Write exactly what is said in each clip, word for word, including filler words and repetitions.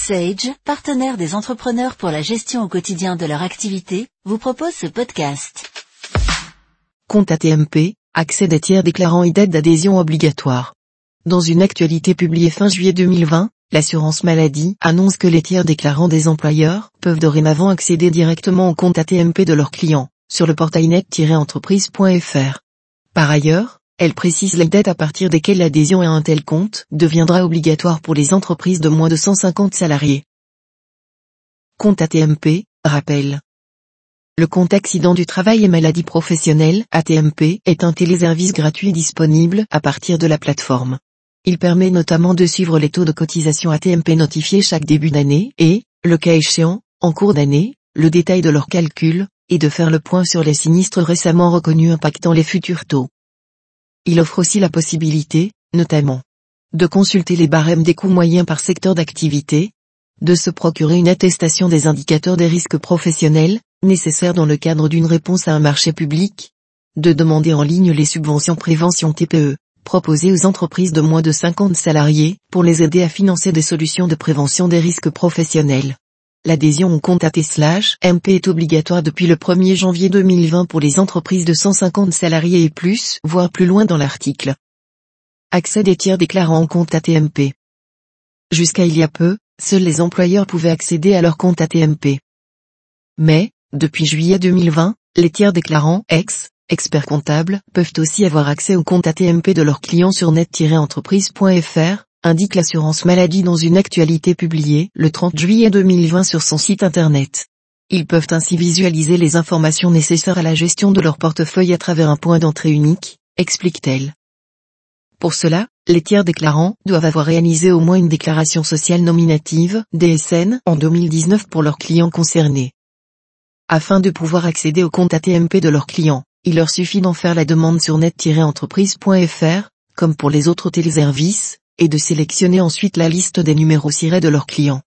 Sage, partenaire des entrepreneurs pour la gestion au quotidien de leur activité, vous propose ce podcast. Compte A T M P, accès des tiers déclarants et date d'adhésion obligatoire. Dans une actualité publiée fin juillet deux mille vingt, l'assurance maladie annonce que les tiers déclarants des employeurs peuvent dorénavant accéder directement au compte A T M P de leurs clients, sur le portail net tiret entreprise point f r. Par ailleurs, elle précise les dates à partir desquelles l'adhésion à un tel compte deviendra obligatoire pour les entreprises de moins de cent cinquante salariés. Compte A T M P, rappel. Le compte accident du travail et maladie professionnelle, A T M P, est un téléservice gratuit disponible à partir de la plateforme. Il permet notamment de suivre les taux de cotisation A T M P notifiés chaque début d'année et, le cas échéant, en cours d'année, le détail de leur calcul, et de faire le point sur les sinistres récemment reconnus impactant les futurs taux. Il offre aussi la possibilité, notamment, de consulter les barèmes des coûts moyens par secteur d'activité, de se procurer une attestation des indicateurs des risques professionnels, nécessaires dans le cadre d'une réponse à un marché public, de demander en ligne les subventions prévention T P E, proposées aux entreprises de moins de cinquante salariés, pour les aider à financer des solutions de prévention des risques professionnels. L'adhésion au compte A T M P est obligatoire depuis le premier janvier deux mille vingt pour les entreprises de cent cinquante salariés et plus, voire plus loin dans l'article. Accès des tiers déclarants au compte A T M P. Jusqu'à il y a peu, seuls les employeurs pouvaient accéder à leur compte A T M P. Mais, depuis juillet deux mille vingt, les tiers déclarants, ex, experts comptables, peuvent aussi avoir accès au compte A T M P de leurs clients sur net tiret entreprise point f r, indique l'assurance maladie dans une actualité publiée le trente juillet deux mille vingt sur son site internet. Ils peuvent ainsi visualiser les informations nécessaires à la gestion de leur portefeuille à travers un point d'entrée unique, explique-t-elle. Pour cela, les tiers déclarants doivent avoir réalisé au moins une déclaration sociale nominative, D S N, en deux mille dix-neuf pour leurs clients concernés. Afin de pouvoir accéder au compte A T M P de leurs clients, il leur suffit d'en faire la demande sur net tiret entreprise point f r, comme pour les autres téléservices, et de sélectionner ensuite la liste des numéros cirés de leurs clients.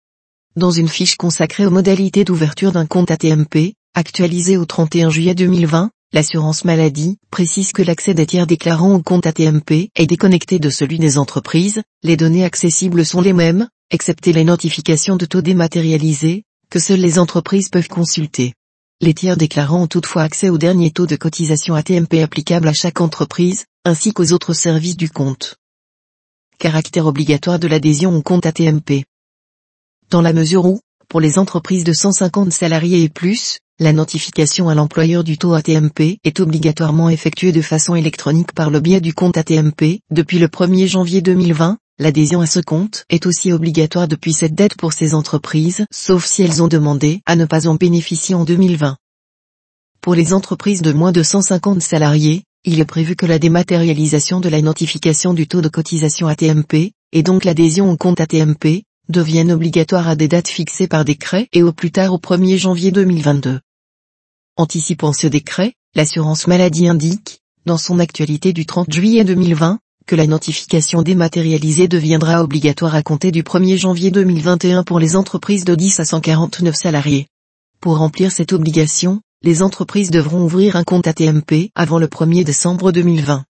Dans une fiche consacrée aux modalités d'ouverture d'un compte A T M P, actualisée au trente et un juillet deux mille vingt, l'assurance maladie précise que l'accès des tiers déclarants au compte A T M P est déconnecté de celui des entreprises, les données accessibles sont les mêmes, excepté les notifications de taux dématérialisés, que seules les entreprises peuvent consulter. Les tiers déclarants ont toutefois accès au dernier taux de cotisation A T M P applicable à chaque entreprise, ainsi qu'aux autres services du compte. Caractère obligatoire de l'adhésion au compte A T M P. Dans la mesure où, pour les entreprises de cent cinquante salariés et plus, la notification à l'employeur du taux A T M P est obligatoirement effectuée de façon électronique par le biais du compte A T M P, depuis le premier janvier deux mille vingt, l'adhésion à ce compte est aussi obligatoire depuis cette date pour ces entreprises, sauf si elles ont demandé à ne pas en bénéficier en deux mille vingt. Pour les entreprises de moins de cent cinquante salariés, il est prévu que la dématérialisation de la notification du taux de cotisation A T M P, et donc l'adhésion au compte A T M P, devienne obligatoire à des dates fixées par décret et au plus tard au premier janvier deux mille vingt-deux. Anticipant ce décret, l'assurance maladie indique, dans son actualité du trente juillet deux mille vingt, que la notification dématérialisée deviendra obligatoire à compter du premier janvier deux mille vingt et un pour les entreprises de dix à cent quarante-neuf salariés. Pour remplir cette obligation, les entreprises devront ouvrir un compte A T M P avant le premier décembre deux mille vingt.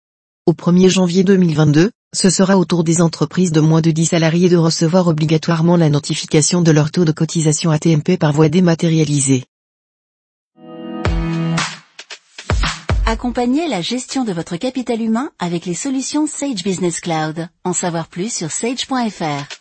Au premier janvier deux mille vingt-deux, ce sera au tour des entreprises de moins de dix salariés de recevoir obligatoirement la notification de leur taux de cotisation A T M P par voie dématérialisée. Accompagnez la gestion de votre capital humain avec les solutions Sage Business Cloud. En savoir plus sur sage point f r.